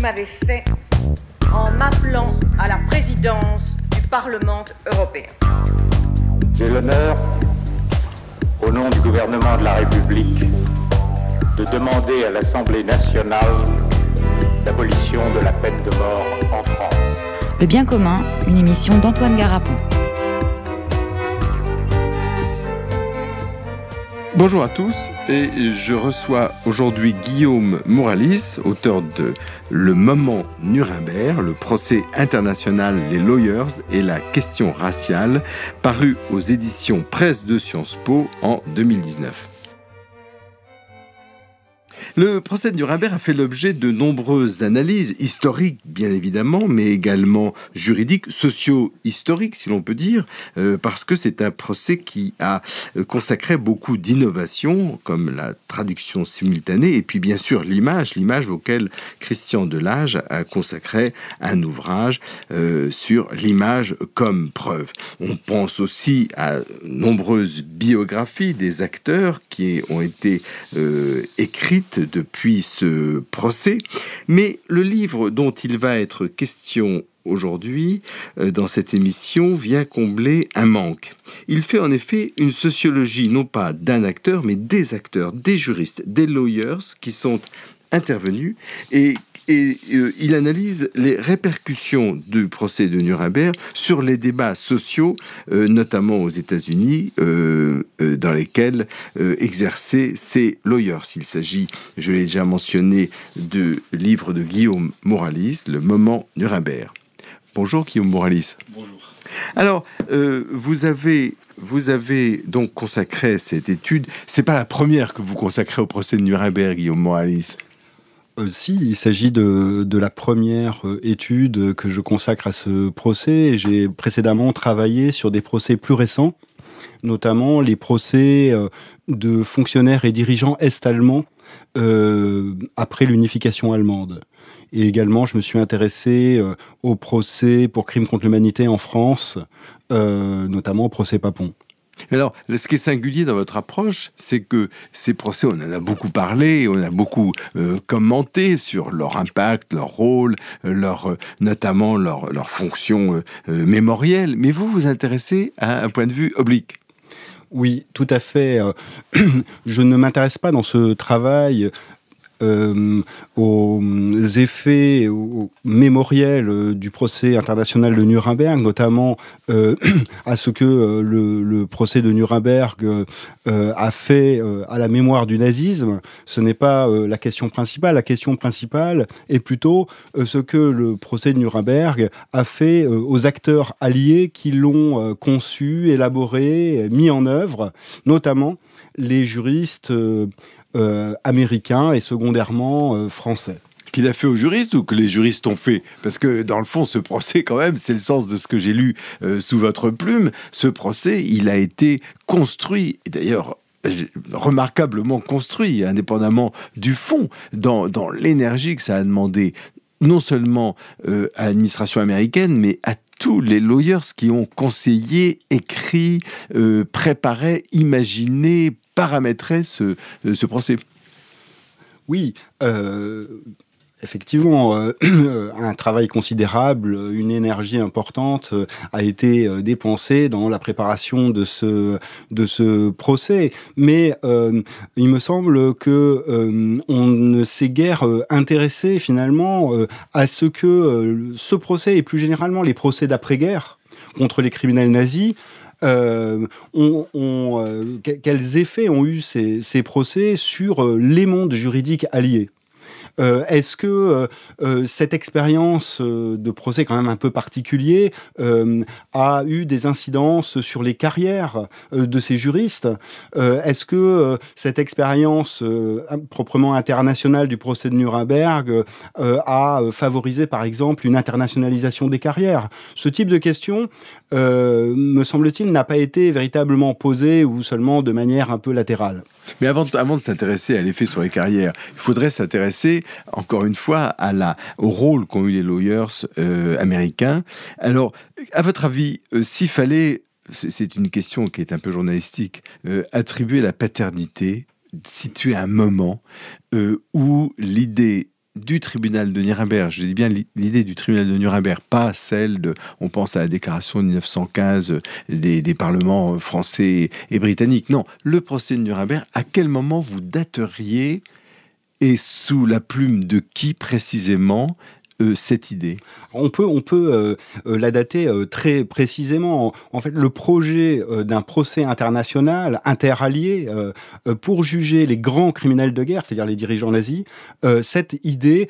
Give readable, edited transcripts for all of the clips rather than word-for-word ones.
m'avez fait en m'appelant à la présidence du Parlement européen. J'ai l'honneur, au nom du gouvernement de la République, de demander à l'Assemblée nationale l'abolition de la peine de mort en France. Le bien commun, une émission d'Antoine Garapon. Bonjour à tous, et je reçois aujourd'hui Guillaume Mouralis, auteur de Le moment Nuremberg, le procès international, les lawyers et la question raciale, paru aux éditions Presse de Sciences Po en 2019. Le procès de Nuremberg a fait l'objet de nombreuses analyses, historiques bien évidemment, mais également juridiques, socio-historiques si l'on peut dire, parce que c'est un procès qui a consacré beaucoup d'innovations, comme la traduction simultanée, et puis bien sûr l'image auquel Christian Delage a consacré un ouvrage sur l'image comme preuve. On pense aussi à nombreuses biographies des acteurs qui ont été écrites depuis ce procès, mais le livre dont il va être question aujourd'hui dans cette émission vient combler un manque. Il fait en effet une sociologie non pas d'un acteur, mais des acteurs, des juristes, des lawyers qui sont intervenus et il analyse les répercussions du procès de Nuremberg sur les débats sociaux, notamment aux États-Unis, dans lesquels exerçaient ces lawyers. Il s'agit, je l'ai déjà mentionné, du livre de Guillaume Mouralis, Le moment Nuremberg. Bonjour Guillaume Mouralis. Bonjour. Alors, vous avez donc consacré cette étude. C'est pas la première que vous consacrez au procès de Nuremberg, Guillaume Mouralis. Si, il s'agit de la première étude que je consacre à ce procès. J'ai précédemment travaillé sur des procès plus récents, notamment les procès de fonctionnaires et dirigeants est-allemands après l'unification allemande. Et également, je me suis intéressé au procès pour crimes contre l'humanité en France, notamment au procès Papon. Alors, ce qui est singulier dans votre approche, c'est que ces procès, on en a beaucoup parlé, on a beaucoup commenté sur leur impact, leur rôle, notamment leur fonction mémorielle. Mais vous vous intéressez à un point de vue oblique. Oui, tout à fait. Je ne m'intéresse pas dans ce travail aux effets mémoriels du procès international de Nuremberg, notamment à ce que le procès de Nuremberg a fait à la mémoire du nazisme. Ce n'est pas la question principale. La question principale est plutôt ce que le procès de Nuremberg a fait aux acteurs alliés qui l'ont conçu, élaboré, mis en œuvre, notamment les juristes américains et secondairement français. Qu'il a fait aux juristes ou que les juristes ont fait? Parce que dans le fond, ce procès, quand même, c'est le sens de ce que j'ai lu sous votre plume. Ce procès, il a été construit, et d'ailleurs remarquablement construit, indépendamment du fond, dans l'énergie que ça a demandé, non seulement à l'administration américaine, mais à tous les lawyers qui ont conseillé, écrit, préparé, imaginé, paramétré ce procès. Oui, effectivement, un travail considérable, une énergie importante a été dépensée dans la préparation de ce procès. Mais il me semble que on ne s'est guère intéressé finalement à ce que ce procès et plus généralement les procès d'après-guerre contre les criminels nazis quels effets ont eu ces procès sur les mondes juridiques alliés. Est-ce que cette expérience de procès quand même un peu particulier a eu des incidences sur les carrières de ces juristes? Est-ce que cette expérience proprement internationale du procès de Nuremberg a favorisé par exemple une internationalisation des carrières? Ce type de question, me semble-t-il, n'a pas été véritablement posé ou seulement de manière un peu latérale. Mais avant de s'intéresser à l'effet sur les carrières, il faudrait s'intéresser, encore une fois, au rôle qu'ont eu les lawyers américains. Alors, à votre avis, s'il fallait, c'est une question qui est un peu journalistique, attribuer la paternité, situer un moment où l'idée du tribunal de Nuremberg, je dis bien l'idée du tribunal de Nuremberg, pas celle de, on pense à la déclaration de 1915 des parlements français et britanniques. Non, le procès de Nuremberg, à quel moment vous dateriez et sous la plume de qui précisément cette idée? On peut la dater très précisément. En fait, le projet d'un procès international interallié pour juger les grands criminels de guerre, c'est-à-dire les dirigeants nazis, cette idée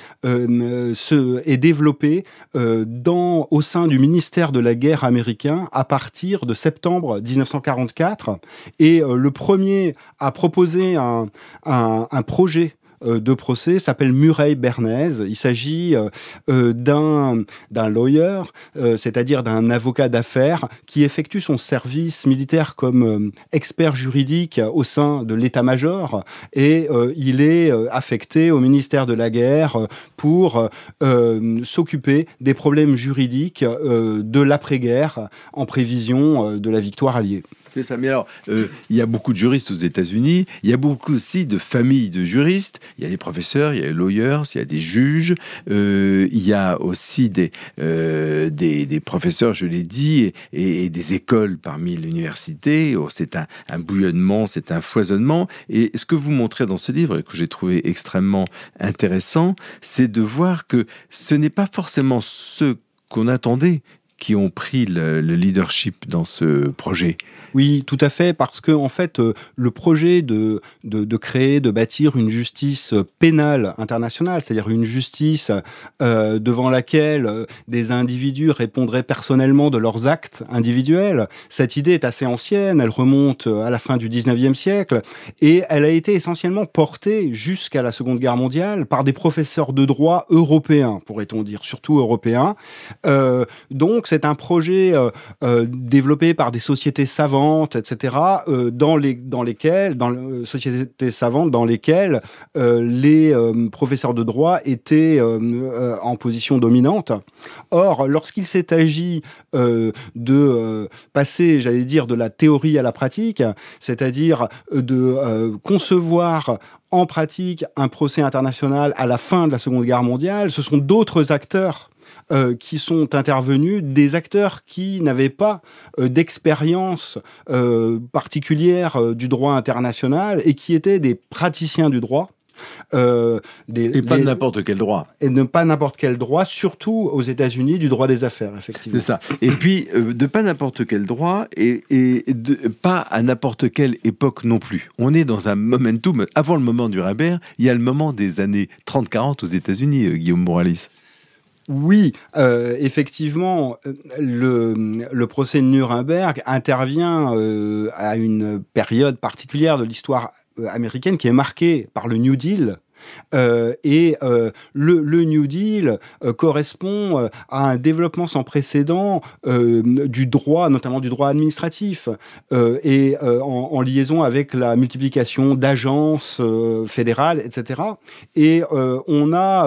est développée au sein du ministère de la guerre américain à partir de septembre 1944. Et le premier à proposer un projet de procès s'appelle Murray Bernays. Il s'agit d'un lawyer, c'est-à-dire d'un avocat d'affaires qui effectue son service militaire comme expert juridique au sein de l'état-major et il est affecté au ministère de la guerre pour s'occuper des problèmes juridiques de l'après-guerre en prévision de la victoire alliée. C'est ça. Mais alors, il y a beaucoup de juristes aux États-Unis. Il y a beaucoup aussi de familles de juristes. Il y a des professeurs, il y a des lawyers, il y a des juges. Il y a aussi des professeurs, je l'ai dit, et des écoles parmi l'université. C'est un bouillonnement, c'est un foisonnement. Et ce que vous montrez dans ce livre, et que j'ai trouvé extrêmement intéressant, c'est de voir que ce n'est pas forcément ceux qu'on attendait qui ont pris le leadership dans ce projet. Oui, tout à fait, parce que en fait, le projet de créer, de bâtir une justice pénale internationale, c'est-à-dire une justice devant laquelle des individus répondraient personnellement de leurs actes individuels, cette idée est assez ancienne, elle remonte à la fin du 19e siècle, et elle a été essentiellement portée jusqu'à la Seconde Guerre mondiale par des professeurs de droit européens, pourrait-on dire, surtout européens. Donc, c'est un projet développé par des sociétés savantes, etc., sociétés savantes dans lesquelles les professeurs de droit étaient en position dominante. Or, lorsqu'il s'est agi de passer, j'allais dire, de la théorie à la pratique, c'est-à-dire de concevoir en pratique un procès international à la fin de la Seconde Guerre mondiale, ce sont d'autres acteurs qui sont intervenus, des acteurs qui n'avaient pas d'expérience particulière du droit international et qui étaient des praticiens du droit. De n'importe quel droit. Et pas n'importe quel droit, surtout aux États-Unis, du droit des affaires, effectivement. C'est ça. Et puis, de pas n'importe quel droit et pas à n'importe quelle époque non plus. On est dans un momentum. Avant le moment du Nuremberg, il y a le moment des années 30-40 aux États-Unis, Guillaume Moralis. Oui, effectivement, le procès de Nuremberg intervient à une période particulière de l'histoire américaine qui est marquée par le New Deal. Le New Deal correspond à un développement sans précédent du droit, notamment du droit administratif, en liaison avec la multiplication d'agences fédérales, etc. Et on a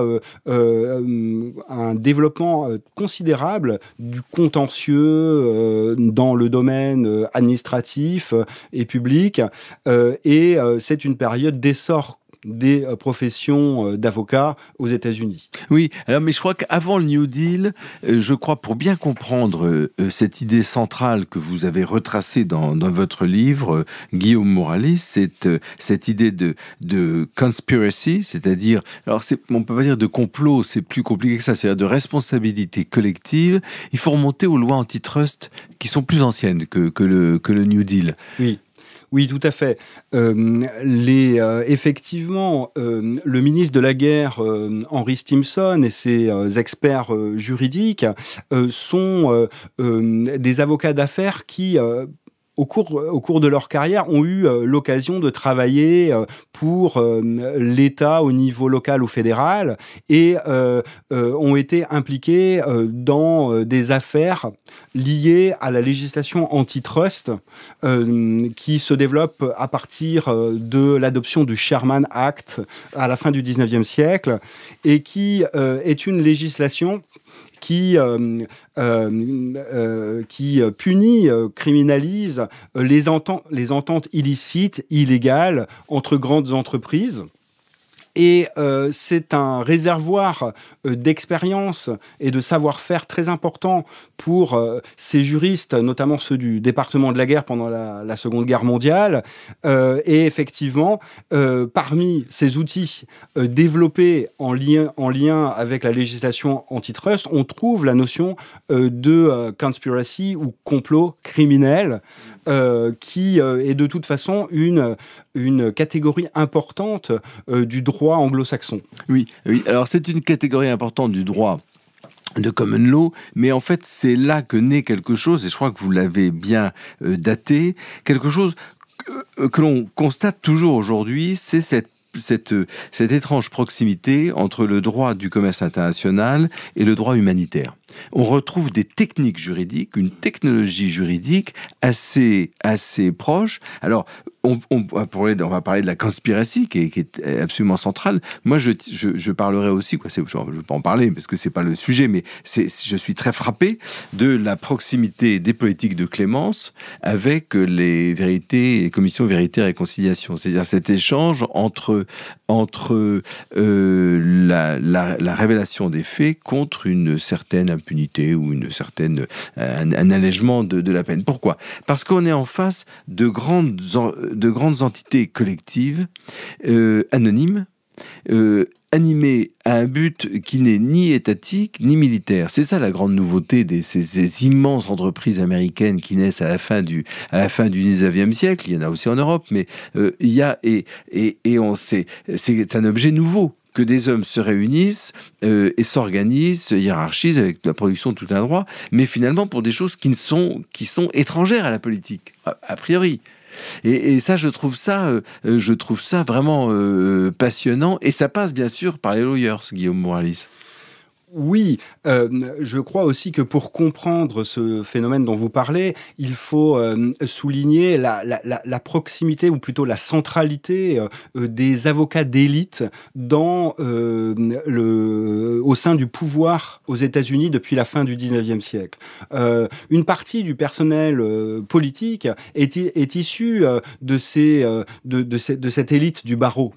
un développement considérable du contentieux dans le domaine administratif et public, et c'est une période d'essor des professions d'avocats aux États-Unis. Oui, alors mais je crois qu'avant le New Deal, je crois pour bien comprendre cette idée centrale que vous avez retracée dans votre livre, Guillaume Moralis, cette idée de conspiracy, c'est-à-dire, alors on peut pas dire de complot, c'est plus compliqué que ça, c'est-à-dire de responsabilité collective. Il faut remonter aux lois antitrust qui sont plus anciennes que le New Deal. Oui. Oui, tout à fait. Effectivement, le ministre de la Guerre, Henry Stimson, et ses experts juridiques sont des avocats d'affaires qui... Au cours de leur carrière, ont eu l'occasion de travailler pour l'État au niveau local ou fédéral et ont été impliqués dans des affaires liées à la législation antitrust qui se développe à partir de l'adoption du Sherman Act à la fin du 19e siècle et qui est une législation qui punit, criminalise les ententes illicites, illégales entre grandes entreprises. Et c'est un réservoir d'expérience et de savoir-faire très important pour ces juristes, notamment ceux du département de la guerre pendant la Seconde Guerre mondiale. Et effectivement, parmi ces outils développés en lien avec la législation antitrust, on trouve la notion de conspiracy ou complot criminel, qui est de toute façon une catégorie importante du droit anglo-saxon. Oui. Alors c'est une catégorie importante du droit de common law, mais en fait c'est là que naît quelque chose, et je crois que vous l'avez bien daté, quelque chose que l'on constate toujours aujourd'hui, c'est cette étrange proximité entre le droit du commerce international et le droit humanitaire. On retrouve des techniques juridiques, une technologie juridique assez proche. Alors, on va parler de la conspiracy qui est absolument centrale. Moi, je parlerai aussi, je ne veux pas en parler parce que c'est pas le sujet, mais je suis très frappé de la proximité des politiques de clémence avec les commissions vérité et réconciliation. C'est-à-dire cet échange entre la révélation des faits contre une certaine impunité ou un allègement de la peine. Pourquoi ? Parce qu'on est en face de grandes entités collectives, anonymes, animées à un but qui n'est ni étatique ni militaire. C'est ça la grande nouveauté de ces immenses entreprises américaines qui naissent à la fin du 19e siècle. Il y en a aussi en Europe, mais il y a c'est un objet nouveau que des hommes se réunissent et s'organisent, se hiérarchisent avec la production de tout un droit, mais finalement pour des choses qui sont étrangères à la politique, a priori. Et ça, je trouve ça vraiment passionnant, et ça passe bien sûr par les lawyers, Guillaume Moralis. Oui, je crois aussi que pour comprendre ce phénomène dont vous parlez, il faut souligner la proximité, ou plutôt la centralité des avocats d'élite au sein du pouvoir aux États-Unis depuis la fin du 19e siècle. Une partie du personnel politique est issue de cette élite du barreau,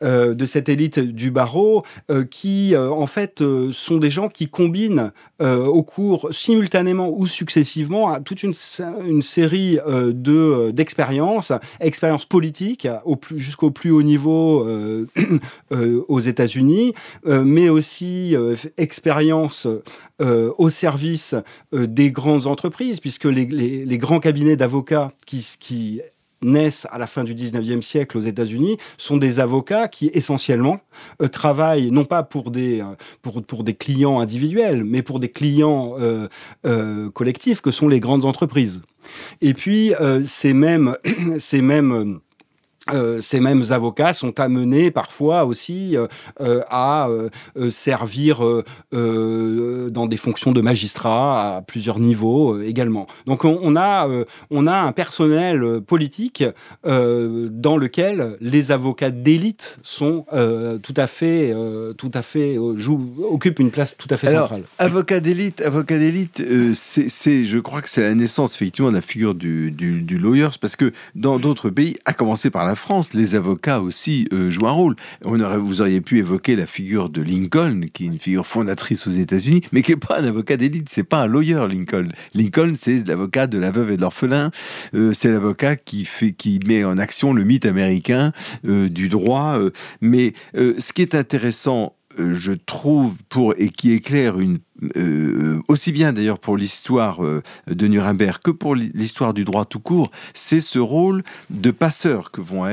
qui en fait sont des gens qui combinent au cours, simultanément ou successivement, toute une série d'expériences politiques jusqu'au plus haut niveau aux États-Unis, mais aussi expériences au service des grandes entreprises, puisque les grands cabinets d'avocats qui naissent à la fin du 19e siècle aux États-Unis sont des avocats qui essentiellement travaillent non pas pour des clients individuels, mais pour des clients collectifs que sont les grandes entreprises. Et puis ces mêmes avocats sont amenés parfois aussi à servir dans des fonctions de magistrat à plusieurs niveaux également. Donc on a un personnel politique dans lequel les avocats d'élite sont occupent une place tout à fait centrale. Alors, avocat d'élite, je crois que c'est la naissance effectivement de la figure du lawyers, parce que dans d'autres pays, à commencer par la France, les avocats aussi jouent un rôle. Vous auriez pu évoquer la figure de Lincoln, qui est une figure fondatrice aux États-Unis, mais qui n'est pas un avocat d'élite, c'est pas un lawyer, Lincoln. Lincoln, c'est l'avocat de la veuve et de l'orphelin, c'est l'avocat qui met en action le mythe américain du droit. Mais ce qui est intéressant, je trouve, et qui éclaire aussi bien d'ailleurs pour l'histoire de Nuremberg que pour l'histoire du droit tout court, c'est ce rôle de passeur que vont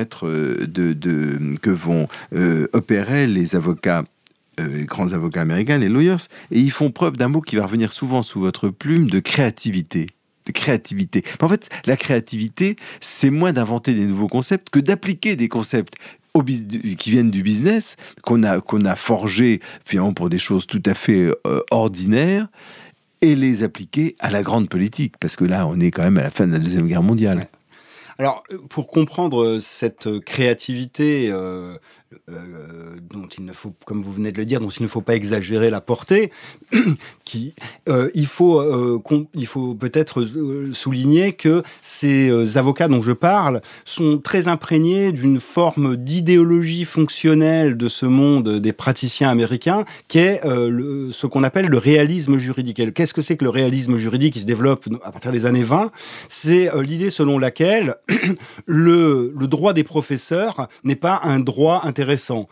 opérer les avocats, les grands avocats américains, les lawyers, et ils font preuve d'un mot qui va revenir souvent sous votre plume, de créativité. En fait, la créativité, c'est moins d'inventer des nouveaux concepts que d'appliquer des concepts qui viennent du business, qu'on a forgé finalement pour des choses tout à fait ordinaires, et les appliquer à la grande politique, parce que là, on est quand même à la fin de la Deuxième Guerre mondiale. Ouais. Alors, pour comprendre cette créativité dont il ne faut, comme vous venez de le dire, dont il ne faut pas exagérer la portée, il faut peut-être souligner que ces avocats dont je parle sont très imprégnés d'une forme d'idéologie fonctionnelle de ce monde des praticiens américains, qui est ce qu'on appelle le réalisme juridique. Et qu'est-ce que c'est que le réalisme juridique qui se développe à partir des années 20 ? C'est l'idée selon laquelle le droit des professeurs n'est pas un droit intéressant.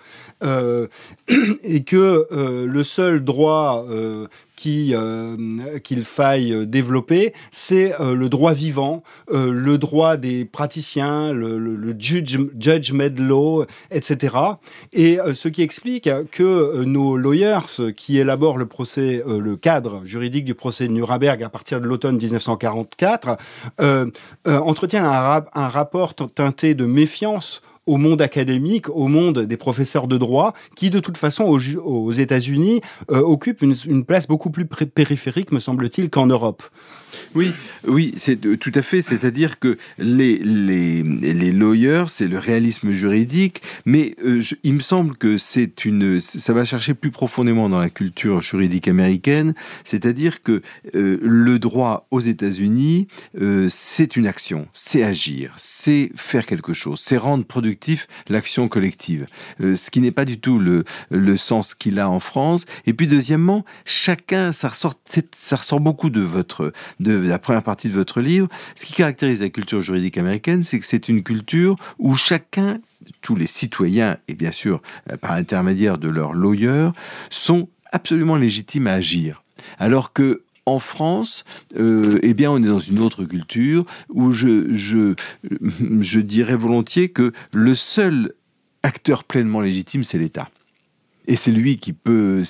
Et que le seul droit qu'il faille développer, c'est le droit vivant, le droit des praticiens, le judge-made law, etc. Et ce qui explique que nos lawyers qui élaborent le cadre juridique du procès de Nuremberg à partir de l'automne 1944 entretiennent un rapport teinté de méfiance au monde académique, au monde des professeurs de droit, qui de toute façon aux États-Unis occupe une place beaucoup plus périphérique, me semble-t-il, qu'en Europe. Oui, c'est tout à fait. C'est-à-dire que les lawyers, c'est le réalisme juridique, mais il me semble que ça va chercher plus profondément dans la culture juridique américaine. C'est-à-dire que le droit aux États-Unis, c'est une action, c'est agir, c'est faire quelque chose, c'est rendre productif l'action collective. Ce qui n'est pas du tout le sens qu'il a en France. Et puis deuxièmement, chacun, ça ressort beaucoup de la première partie de votre livre. Ce qui caractérise la culture juridique américaine, c'est que c'est une culture où chacun, tous les citoyens, et bien sûr par l'intermédiaire de leurs lawyers, sont absolument légitimes à agir. Alors que en France, eh bien, on est dans une autre culture où je dirais volontiers que le seul acteur pleinement légitime, c'est l'État. Et c'est lui qui peut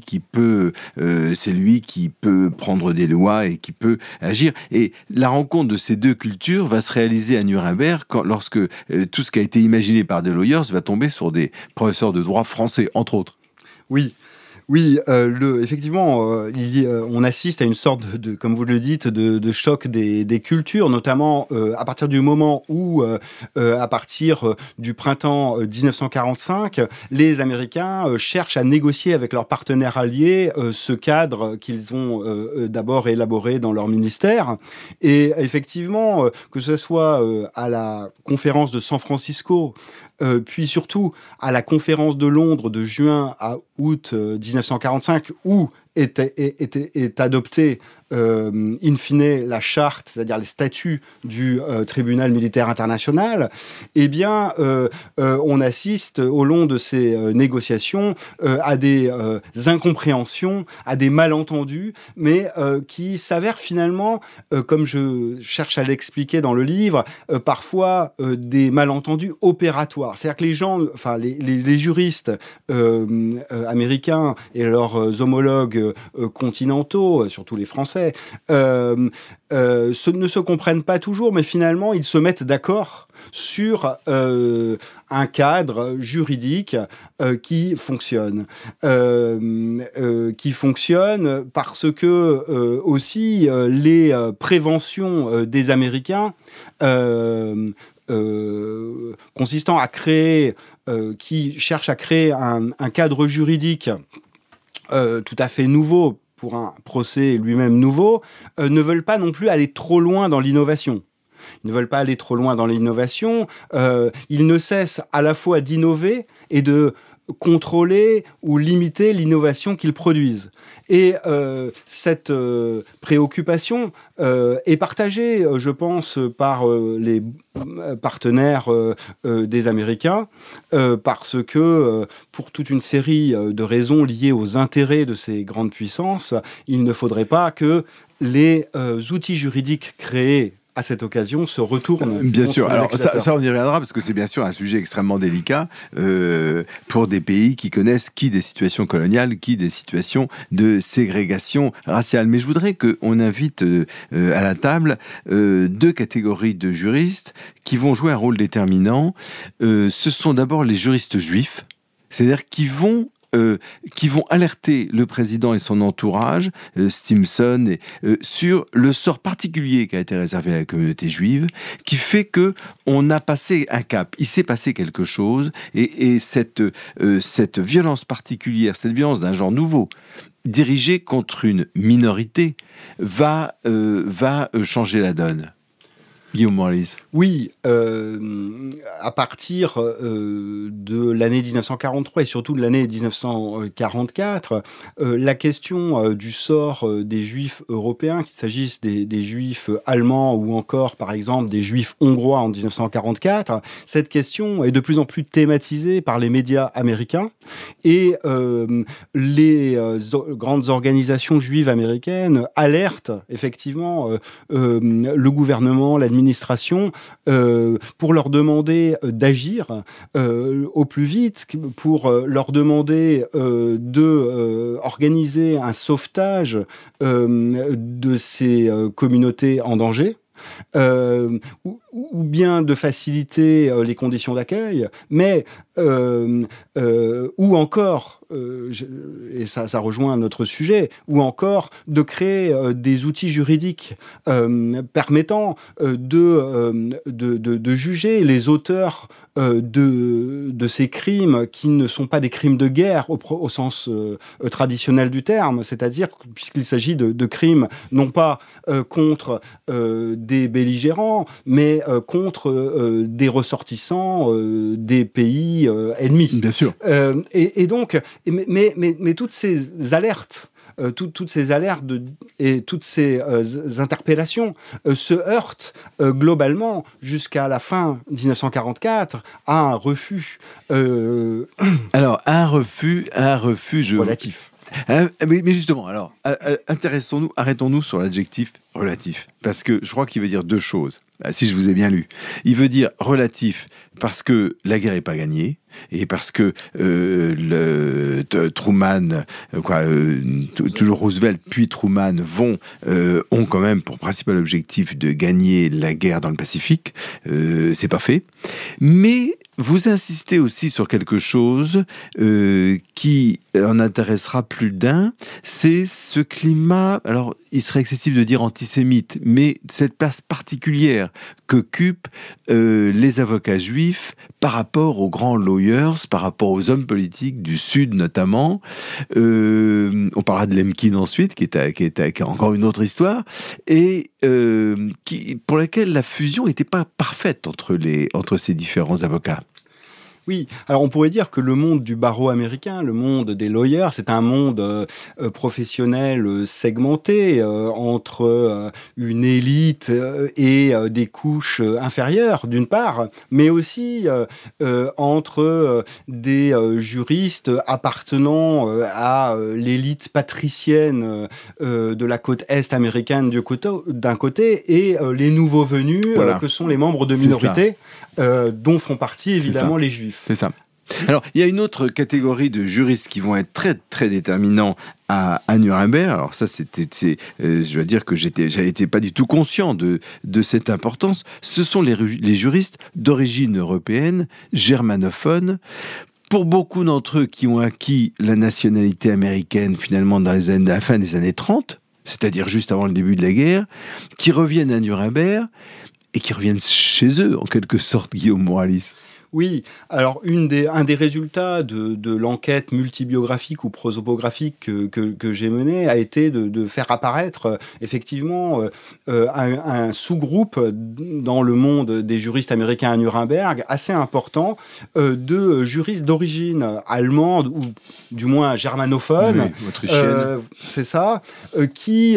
prendre des lois et qui peut agir. Et la rencontre de ces deux cultures va se réaliser à Nuremberg lorsque tout ce qui a été imaginé par des lawyers va tomber sur des professeurs de droit français, entre autres. Oui, effectivement, on assiste à une sorte de, comme vous le dites, de choc des cultures, notamment à partir du moment où, à partir du printemps 1945, les Américains cherchent à négocier avec leurs partenaires alliés ce cadre qu'ils ont d'abord élaboré dans leur ministère. Et effectivement, que ce soit à la conférence de San Francisco, puis surtout à la conférence de Londres de juin à août 1945, où est adoptée in fine la charte, c'est-à-dire les statuts du tribunal militaire international, eh bien, on assiste au long de ces négociations à des incompréhensions, à des malentendus, mais qui s'avèrent finalement, comme je cherche à l'expliquer dans le livre, parfois des malentendus opératoires. C'est-à-dire que les gens, enfin les juristes américains et leurs homologues continentaux, surtout les Français, ne se comprennent pas toujours, mais finalement ils se mettent d'accord sur un cadre juridique qui fonctionne. Parce que aussi les préventions des Américains consistant à créer, qui cherchent à créer un cadre juridique tout à fait nouveau pour un procès lui-même nouveau, ne veulent pas non plus aller trop loin dans l'innovation. Ils ne veulent pas aller trop loin dans l'innovation. Ils ne cessent à la fois d'innover et de contrôler ou limiter l'innovation qu'ils produisent. Et cette préoccupation est partagée, je pense, par les partenaires des Américains, parce que pour toute une série de raisons liées aux intérêts de ces grandes puissances, il ne faudrait pas que les outils juridiques créés à cette occasion se retourne. Bien sûr, alors ça on y reviendra parce que c'est bien sûr un sujet extrêmement délicat pour des pays qui connaissent des situations coloniales, des situations de ségrégation raciale. Mais je voudrais qu'on invite à la table deux catégories de juristes qui vont jouer un rôle déterminant. Ce sont d'abord les juristes juifs, c'est-à-dire qui vont qui vont alerter le président et son entourage, Stimson, sur le sort particulier qui a été réservé à la communauté juive, qui fait que on a passé un cap. Il s'est passé quelque chose, et cette violence particulière, cette violence d'un genre nouveau, dirigée contre une minorité, va changer la donne. Guillaume Moralis. Oui, à partir de l'année 1943 et surtout de l'année 1944, la question du sort des Juifs européens, qu'il s'agisse des Juifs allemands ou encore, par exemple, des Juifs hongrois en 1944, cette question est de plus en plus thématisée par les médias américains et les grandes organisations juives américaines alertent effectivement le gouvernement, l'administration, pour leur demander d'agir au plus vite, pour leur demander d'organiser un sauvetage de ces communautés en danger. Ou bien de faciliter les conditions d'accueil, mais ou encore, et ça rejoint notre sujet, ou encore de créer des outils juridiques permettant de juger les auteurs de ces crimes qui ne sont pas des crimes de guerre au sens traditionnel du terme, c'est-à-dire puisqu'il s'agit de crimes non pas contre des belligérants, mais contre des ressortissants des pays ennemis. Bien sûr. Et donc, mais toutes ces alertes, toutes ces alertes et toutes ces interpellations se heurtent globalement jusqu'à la fin 1944 à un refus. Alors, un refus relatif. Mais justement, alors, arrêtons-nous sur l'adjectif relatif, parce que je crois qu'il veut dire deux choses, si je vous ai bien lu. Il veut dire relatif parce que la guerre n'est pas gagnée, et parce que Truman, toujours Roosevelt puis Truman ont quand même pour principal objectif de gagner la guerre dans le Pacifique. C'est pas fait. Mais vous insistez aussi sur quelque chose qui en intéressera plus d'un, c'est ce climat, alors il serait excessif de dire antisémite, mais cette place particulière qu'occupent les avocats juifs par rapport aux grands lawyers, par rapport aux hommes politiques du Sud notamment. On parlera de Lemkin ensuite, qui est encore une autre histoire, et pour laquelle la fusion n'était pas parfaite entre ces différents avocats. Oui, alors on pourrait dire que le monde du barreau américain, le monde des lawyers, c'est un monde professionnel segmenté entre une élite et des couches inférieures, d'une part, mais aussi entre des juristes appartenant à l'élite patricienne de la côte est américaine d'un côté et les nouveaux venus que sont les membres de minorités dont font partie évidemment les juifs. C'est ça. Alors, il y a une autre catégorie de juristes qui vont être très, très déterminants à Nuremberg. Alors ça, je dois dire que j'étais pas du tout conscient de cette importance. Ce sont les juristes d'origine européenne, germanophones. Pour beaucoup d'entre eux qui ont acquis la nationalité américaine finalement à la fin des années 30, c'est-à-dire juste avant le début de la guerre, qui reviennent à Nuremberg et qui reviennent chez eux, en quelque sorte, Guillaume Moralis. Oui, alors un des résultats de l'enquête multibiographique ou prosopographique que j'ai menée a été de faire apparaître effectivement un sous-groupe dans le monde des juristes américains à Nuremberg assez important de juristes d'origine allemande ou du moins germanophone, oui, autrichienne. C'est ça, qui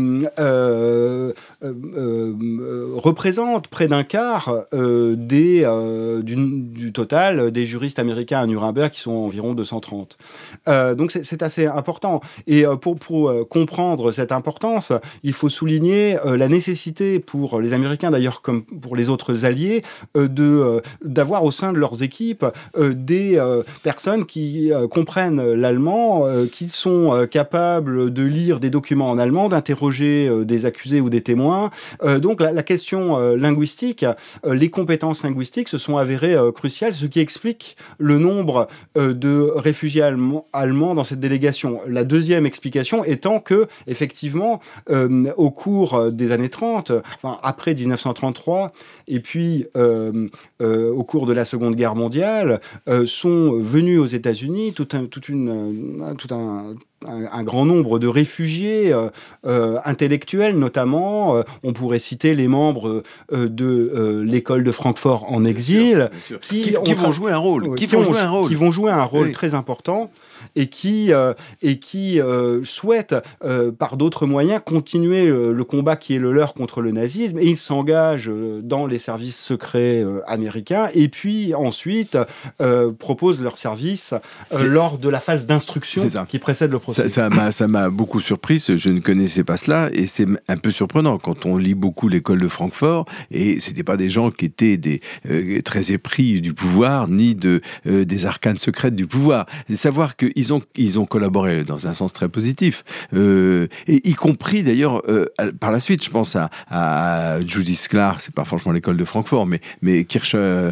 représente près d'un quart du total des juristes américains à Nuremberg, qui sont environ 230. Donc c'est assez important. Et pour comprendre cette importance, il faut souligner la nécessité pour les Américains, d'ailleurs comme pour les autres alliés, d'avoir au sein de leurs équipes des personnes qui comprennent l'allemand, qui sont capables de lire des documents en allemand, d'interroger des accusés ou des témoins. Donc la question linguistique, les compétences linguistiques se sont avérées crucial, ce qui explique le nombre de réfugiés allemands dans cette délégation. La deuxième explication étant que, effectivement, au cours des années 30, enfin après 1933, et puis au cours de la Seconde Guerre mondiale, sont venus aux États-Unis tout un grand nombre de réfugiés intellectuels, notamment. On pourrait citer les membres de l'école de Francfort en exil, qui vont jouer un rôle, qui vont jouer un rôle très important. Et qui souhaitent, par d'autres moyens, continuer le combat qui est le leur contre le nazisme. Et ils s'engagent dans les services secrets américains. Et puis ensuite proposent leurs services lors de la phase d'instruction qui précède le procès. Ça m'a beaucoup surpris. Je ne connaissais pas cela. Et c'est un peu surprenant quand on lit beaucoup l'école de Francfort. Et c'était pas des gens qui étaient très épris du pouvoir, ni des arcanes secrètes du pouvoir. Et savoir que ils ont collaboré dans un sens très positif, et y compris d'ailleurs par la suite. Je pense à Judith Clark, c'est pas franchement l'école de Francfort, mais Kirchheimer,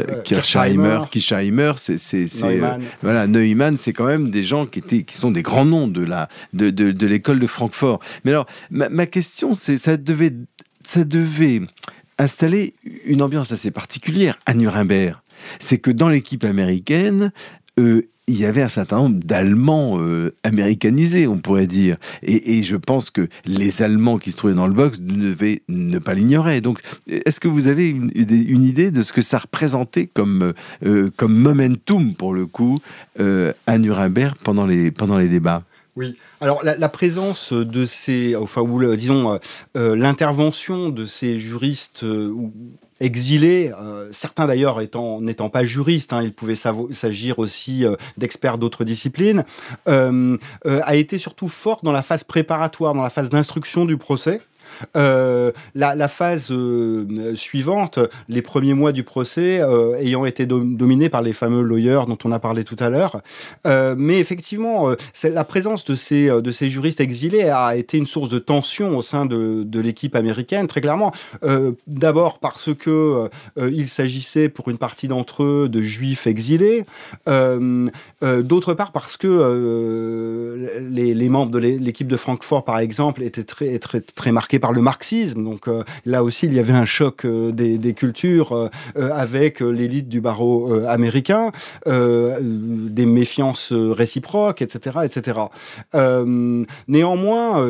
voilà, Neumann, c'est quand même des gens qui sont des grands noms de l'école de Francfort. Mais alors ma question, c'est ça devait installer une ambiance assez particulière à Nuremberg. C'est que dans l'équipe américaine, il y avait un certain nombre d'Allemands américanisés, on pourrait dire. Et je pense que les Allemands qui se trouvaient dans le box devaient ne pas l'ignorer. Donc, est-ce que vous avez une idée de ce que ça représentait comme momentum, pour le coup, à Nuremberg pendant les débats ? Oui. Alors, la présence de ces... l'intervention de ces juristes... exilés, certains d'ailleurs n'étant pas juristes, il pouvait s'agir aussi d'experts d'autres disciplines, a été surtout forte dans la phase préparatoire, dans la phase d'instruction du procès. La phase suivante, les premiers mois du procès ayant été dominés par les fameux lawyers dont on a parlé tout à l'heure. Mais effectivement, la présence de ces juristes exilés a été une source de tension au sein de l'équipe américaine, très clairement. D'abord parce que il s'agissait pour une partie d'entre eux de juifs exilés. D'autre part parce que les membres de l'équipe de Francfort, par exemple, étaient très, très, très marqués par le marxisme. Donc là aussi, il y avait un choc des cultures avec l'élite du barreau américain, des méfiances réciproques, etc., etc. Néanmoins,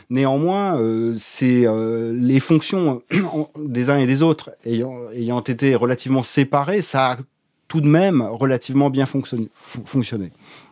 c'est les fonctions des uns et des autres ayant été relativement séparées, ça a tout de même relativement bien fonctionné.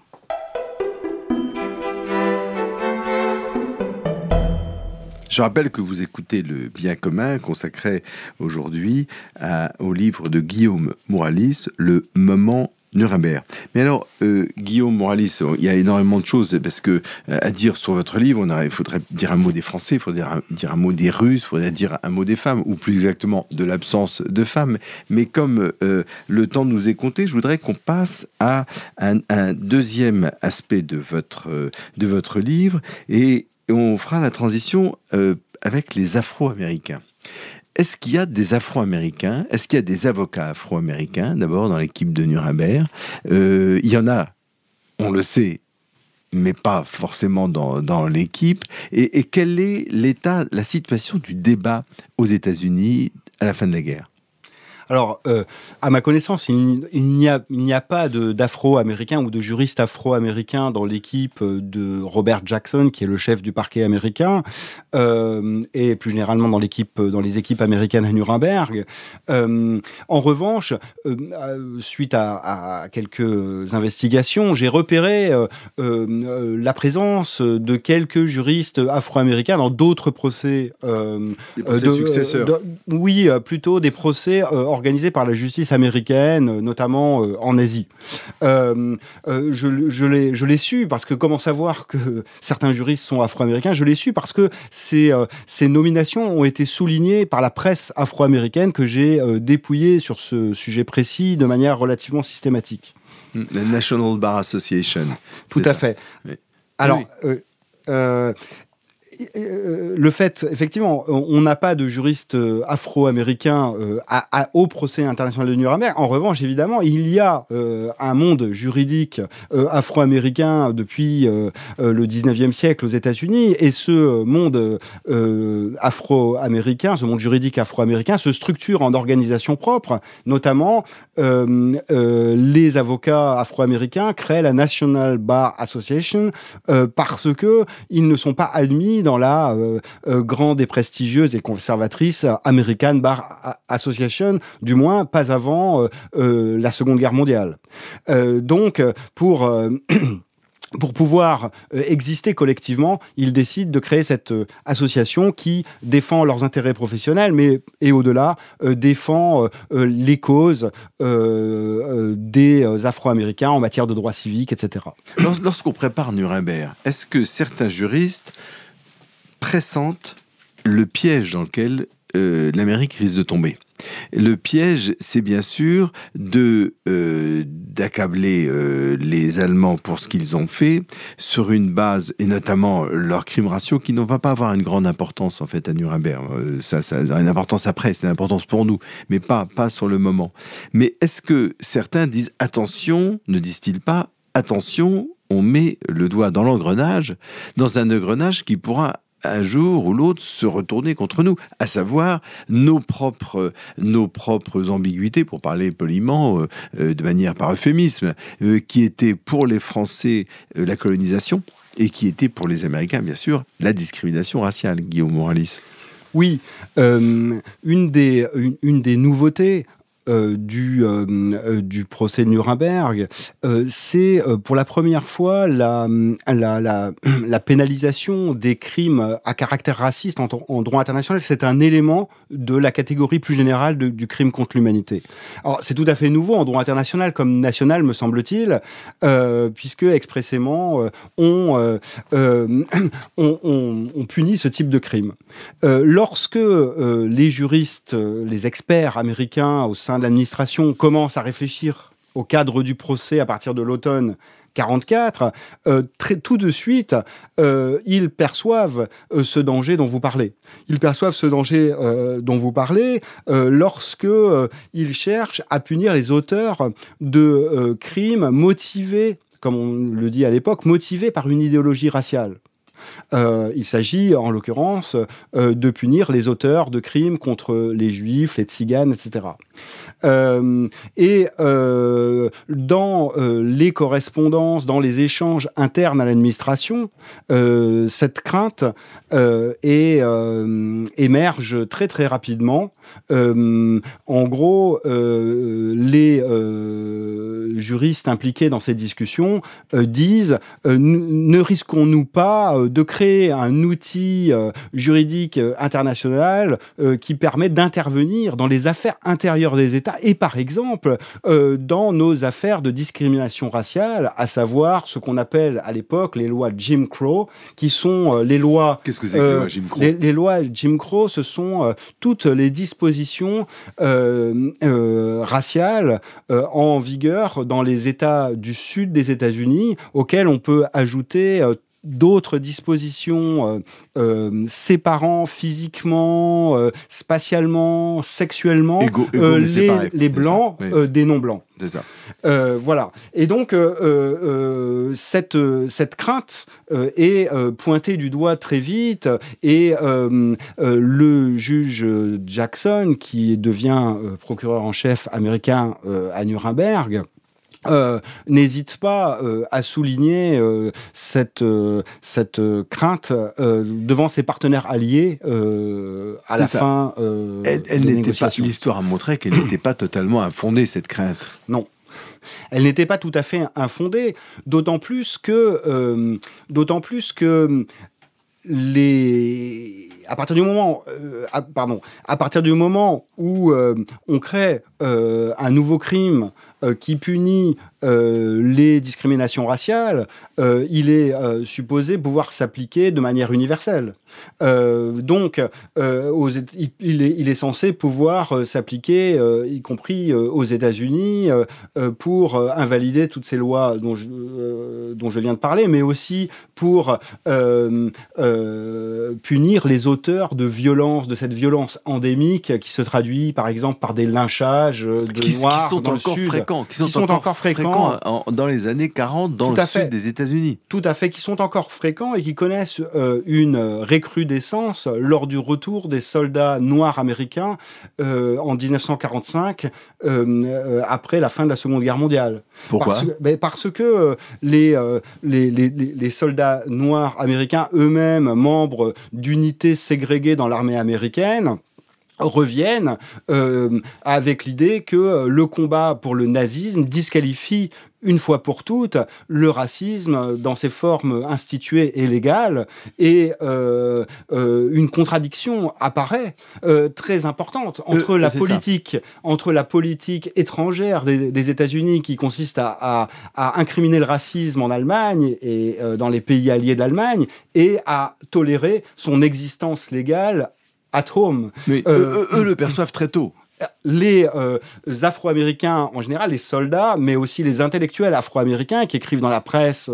Je rappelle que vous écoutez Le Bien commun, consacré aujourd'hui au livre de Guillaume Mouralis, Le moment Nuremberg. Mais alors, Guillaume Mouralis, il y a énormément de choses à dire sur votre livre. Il faudrait dire un mot des Français, il faudrait dire un mot des Russes, il faudrait dire un mot des femmes, ou plus exactement de l'absence de femmes. Mais comme le temps nous est compté, je voudrais qu'on passe à un deuxième aspect de votre livre, et on fera la transition avec les Afro-Américains. Est-ce qu'il y a des Afro-Américains ? Est-ce qu'il y a des avocats Afro-Américains, d'abord, dans l'équipe de Nuremberg ? Il y en a, on le sait, mais pas forcément dans l'équipe. Et quel est la situation du débat aux États-Unis à la fin de la guerre ? Alors, à ma connaissance, il n'y a pas d'Afro-Américains ou de juristes Afro-Américains dans l'équipe de Robert Jackson, qui est le chef du parquet américain, et plus généralement dans les équipes américaines à Nuremberg. En revanche, suite à quelques investigations, j'ai repéré la présence de quelques juristes Afro-Américains dans d'autres procès. Des procès successeurs. Oui, plutôt des procès organisés par la justice américaine, notamment en Asie. Je l'ai su, parce que comment savoir que certains juristes sont afro-américains ? Je l'ai su parce que ces nominations ont été soulignées par la presse afro-américaine que j'ai dépouillée sur ce sujet précis de manière relativement systématique. La National Bar Association. Tout à fait. Oui. Alors, le fait, effectivement, on n'a pas de juriste afro-américain au procès international de Nuremberg. En revanche, évidemment, il y a un monde juridique afro-américain depuis le 19e siècle aux États-Unis, et ce monde afro-américain, ce monde juridique afro-américain se structure en organisations propres, notamment les avocats afro-américains créent la National Bar Association parce que ils ne sont pas admis dans la grande et prestigieuse et conservatrice American Bar Association, du moins pas avant la Seconde Guerre mondiale. Donc, pour pouvoir exister collectivement, ils décident de créer cette association qui défend leurs intérêts professionnels, et au-delà, défend les causes des Afro-Américains en matière de droits civiques, etc. Lorsqu'on prépare Nuremberg, est-ce que certains juristes pressentent le piège dans lequel l'Amérique risque de tomber? Le piège, c'est bien sûr d'accabler les Allemands pour ce qu'ils ont fait sur une base, et notamment leur crime ratio, qui ne va pas avoir une grande importance en fait à Nuremberg. Ça a une importance après, c'est une importance pour nous, mais pas sur le moment. Mais est-ce que certains disent attention, ne disent-ils pas attention, on met le doigt dans l'engrenage, dans un engrenage qui pourra un jour ou l'autre se retourner contre nous, à savoir nos propres ambiguïtés, pour parler poliment, de manière par euphémisme, qui étaient pour les Français la colonisation, et qui était pour les Américains, bien sûr, la discrimination raciale. Guillaume Moralis. Oui, une des nouveautés du procès de Nuremberg, c'est pour la première fois la pénalisation des crimes à caractère raciste en droit international. C'est un élément de la catégorie plus générale du crime contre l'humanité. Alors, c'est tout à fait nouveau en droit international comme national, me semble-t-il, puisque expressément on punit ce type de crime. Lorsque les juristes, les experts américains au sein de l'administration commencent à réfléchir au cadre du procès à partir de l'automne 1944, tout de suite, ils perçoivent ce danger dont vous parlez. Ils perçoivent ce danger dont vous parlez lorsque ils cherchent à punir les auteurs de crimes motivés, comme on le dit à l'époque, motivés par une idéologie raciale. Il s'agit, en l'occurrence, de punir les auteurs de crimes contre les Juifs, les Tziganes, etc. Dans les correspondances, dans les échanges internes à l'administration, cette crainte émerge très très rapidement. En gros, les juristes impliqués dans ces discussions disent ne risquons-nous pas de créer un outil juridique international qui permet d'intervenir dans les affaires intérieures des États et par exemple dans nos affaires de discrimination raciale, à savoir ce qu'on appelle à l'époque les lois Jim Crow, qui sont les lois... Qu'est-ce que c'est que les lois Jim Crow ? Les lois Jim Crow, ce sont toutes les dispositions raciales en vigueur dans les États du sud des États-Unis, auxquelles on peut ajouter d'autres dispositions séparant physiquement, spatialement, sexuellement les blancs des non-blancs. C'est ça. Voilà. Et donc, cette crainte est pointée du doigt très vite et le juge Jackson, qui devient procureur en chef américain à Nuremberg, n'hésite pas à souligner cette crainte devant ses partenaires alliés à la fin des négociations. L'histoire a montré qu'elle n'était pas totalement infondée, cette crainte. Non. Elle n'était pas tout à fait infondée, d'autant plus que à partir du moment où on crée un nouveau crime qui punit les discriminations raciales, il est supposé pouvoir s'appliquer de manière universelle. Donc, il est censé pouvoir s'appliquer, y compris aux États-Unis, pour invalider toutes ces lois dont je viens de parler, mais aussi pour punir les auteurs de violence, de cette violence endémique qui se traduit, par exemple, par des lynchages de Noirs dans le Sud. Qui sont encore fréquents dans les années 40 dans le sud des États-Unis. Tout à fait, qui sont encore fréquents et qui connaissent une recrudescence lors du retour des soldats noirs américains en 1945, après la fin de la Seconde Guerre mondiale. Pourquoi ? Parce que les soldats noirs américains, eux-mêmes membres d'unités ségrégées dans l'armée américaine, reviennent avec l'idée que le combat pour le nazisme disqualifie une fois pour toutes le racisme dans ses formes instituées et légales, et une contradiction apparaît très importante entre la politique étrangère des États-Unis, qui consiste à incriminer le racisme en Allemagne et dans les pays alliés de l'Allemagne, et à tolérer son existence légale at home. Mais eux le perçoivent très tôt. Les Afro-Américains, en général, les soldats, mais aussi les intellectuels afro-américains qui écrivent dans la presse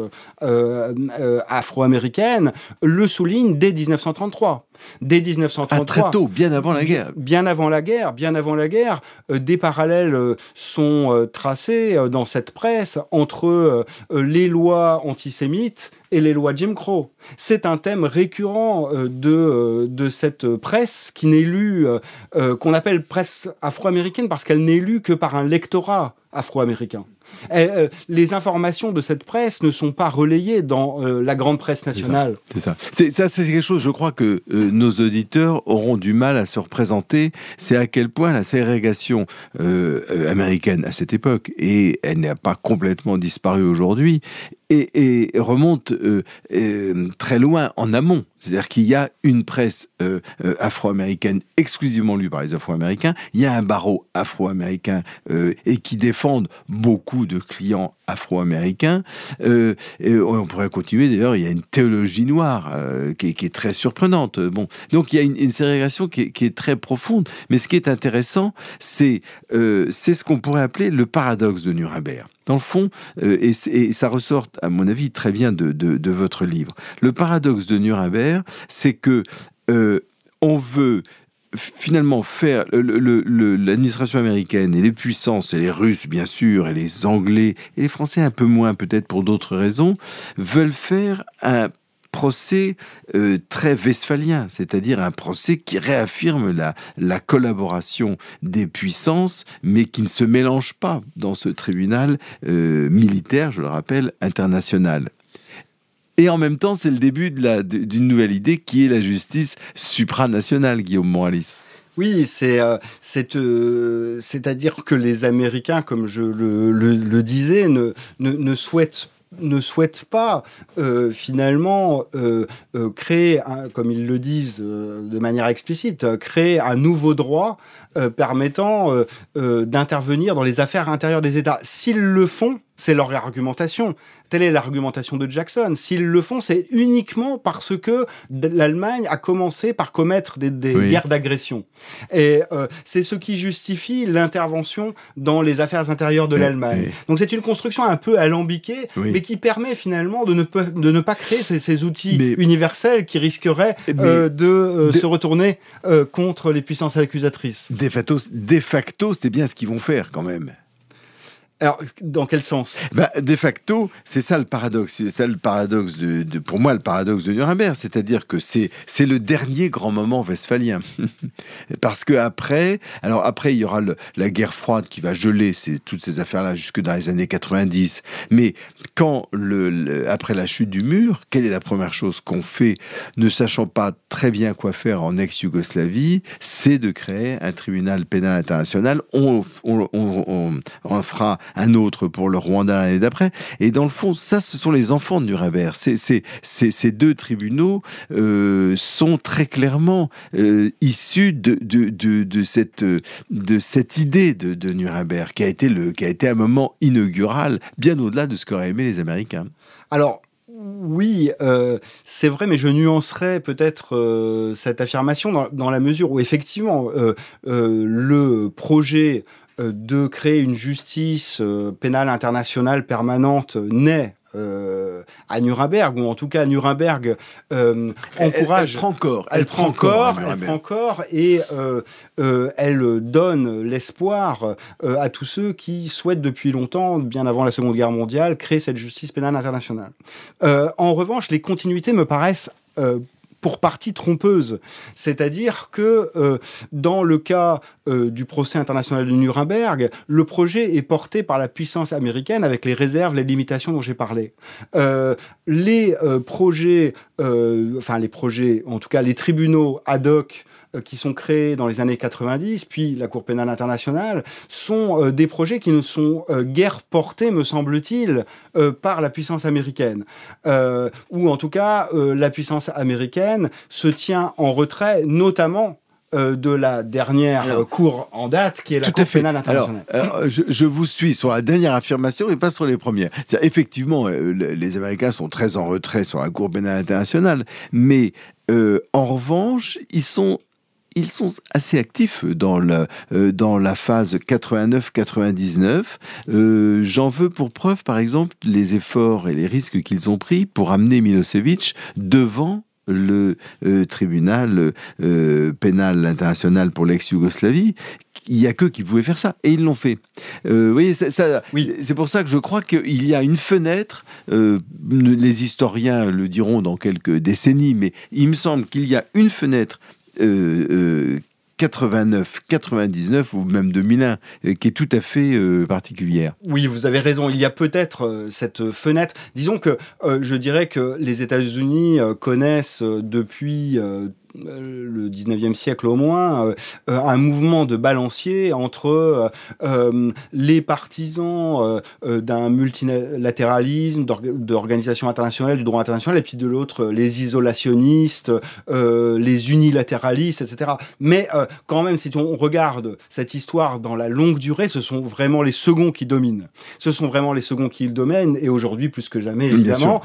afro-américaine, le soulignent dès 1933. Dès 1933, très tôt, bien avant la guerre. Bien avant la guerre, des parallèles sont tracés dans cette presse entre les lois antisémites et les lois Jim Crow. C'est un thème récurrent de cette presse qui n'est lue, qu'on appelle presse afro-américaine, parce qu'elle n'est lue que par un lectorat afro-américain. Les informations de cette presse ne sont pas relayées dans la grande presse nationale. C'est quelque chose, je crois, que nos auditeurs auront du mal à se représenter. C'est à quel point la ségrégation américaine à cette époque, et elle n'a pas complètement disparu aujourd'hui, et remonte très loin en amont. C'est-à-dire qu'il y a une presse afro-américaine exclusivement lue par les Afro-Américains, il y a un barreau afro-américain et qui défendent beaucoup de clients afro-américains. Et on pourrait continuer, d'ailleurs, il y a une théologie noire qui est très surprenante. Bon. Donc il y a une ségrégation qui est très profonde. Mais ce qui est intéressant, c'est ce qu'on pourrait appeler le paradoxe de Nuremberg. Dans le fond, et ça ressort, à mon avis, très bien de votre livre. Le paradoxe de Nuremberg, c'est que on veut finalement faire l'administration américaine et les puissances, et les Russes bien sûr, et les Anglais, et les Français un peu moins peut-être pour d'autres raisons, veulent faire un procès très westphalien, c'est-à-dire un procès qui réaffirme la collaboration des puissances, mais qui ne se mélange pas dans ce tribunal militaire, je le rappelle, international. Et en même temps, c'est le début d'une nouvelle idée qui est la justice supranationale, Guillaume Moralis. Oui, c'est-à-dire que les Américains, comme je le disais, ne souhaitent pas finalement créer, comme ils le disent de manière explicite, créer un nouveau droit permettant d'intervenir dans les affaires intérieures des États. S'ils le font, c'est leur argumentation. Telle est l'argumentation de Jackson. S'ils le font, c'est uniquement parce que l'Allemagne a commencé par commettre des guerres d'agression. Et c'est ce qui justifie l'intervention dans les affaires intérieures de l'Allemagne. Donc c'est une construction un peu alambiquée, mais qui permet finalement de ne pas créer ces outils universels qui risqueraient de se retourner contre les puissances accusatrices. De facto, c'est bien ce qu'ils vont faire quand même. Alors, dans quel sens ? De facto, c'est ça le paradoxe. C'est ça le paradoxe pour moi, le paradoxe de Nuremberg. C'est-à-dire que c'est le dernier grand moment westphalien. Parce que après, il y aura la guerre froide qui va geler toutes ces affaires-là jusque dans les années 90. Mais après la chute du mur, quelle est la première chose qu'on fait, ne sachant pas très bien quoi faire en ex-Yougoslavie, c'est de créer un tribunal pénal international. On fera un autre pour le Rwanda l'année d'après. Et dans le fond, ça, ce sont les enfants de Nuremberg. Ces deux tribunaux sont très clairement issus de cette idée de Nuremberg, qui a été un moment inaugural, bien au-delà de ce qu'auraient aimé les Américains. Alors, oui, c'est vrai, mais je nuancerais peut-être cette affirmation dans la mesure où, effectivement, le projet de créer une justice pénale internationale permanente naît à Nuremberg, ou en tout cas Nuremberg encourage. Elle prend corps et elle donne l'espoir à tous ceux qui souhaitent depuis longtemps, bien avant la Seconde Guerre mondiale, créer cette justice pénale internationale. En revanche, les continuités me paraissent pour partie trompeuse. C'est-à-dire que dans le cas du procès international de Nuremberg, le projet est porté par la puissance américaine avec les réserves, les limitations dont j'ai parlé. Les projets, en tout cas les tribunaux ad hoc qui sont créés dans les années 90, puis la Cour pénale internationale, sont des projets qui ne sont guère portés, me semble-t-il, par la puissance américaine. Ou en tout cas, la puissance américaine se tient en retrait, notamment de la dernière cour en date, qui est la Cour pénale internationale. Alors, je vous suis sur la dernière affirmation et pas sur les premières. Effectivement, les Américains sont très en retrait sur la Cour pénale internationale, mais en revanche, ils sont assez actifs dans la phase 89-99. J'en veux pour preuve, par exemple, les efforts et les risques qu'ils ont pris pour amener Milosevic devant le tribunal pénal international pour l'ex-Yougoslavie. Il n'y a qu'eux qui pouvaient faire ça, et ils l'ont fait. Vous voyez, oui. C'est pour ça que je crois qu'il y a une fenêtre, les historiens le diront dans quelques décennies, mais il me semble qu'il y a une fenêtre 89, 99 ou même 2001, qui est tout à fait particulière. Oui, vous avez raison. Il y a peut-être cette fenêtre. Disons que je dirais que les États-Unis connaissent depuis le 19e siècle au moins, un mouvement de balancier entre les partisans d'un multilatéralisme, d'organisation internationale, du droit international, et puis de l'autre, les isolationnistes, les unilatéralistes, etc. Mais quand même, si on regarde cette histoire dans la longue durée, ce sont vraiment les seconds qui dominent. Et aujourd'hui, plus que jamais, évidemment.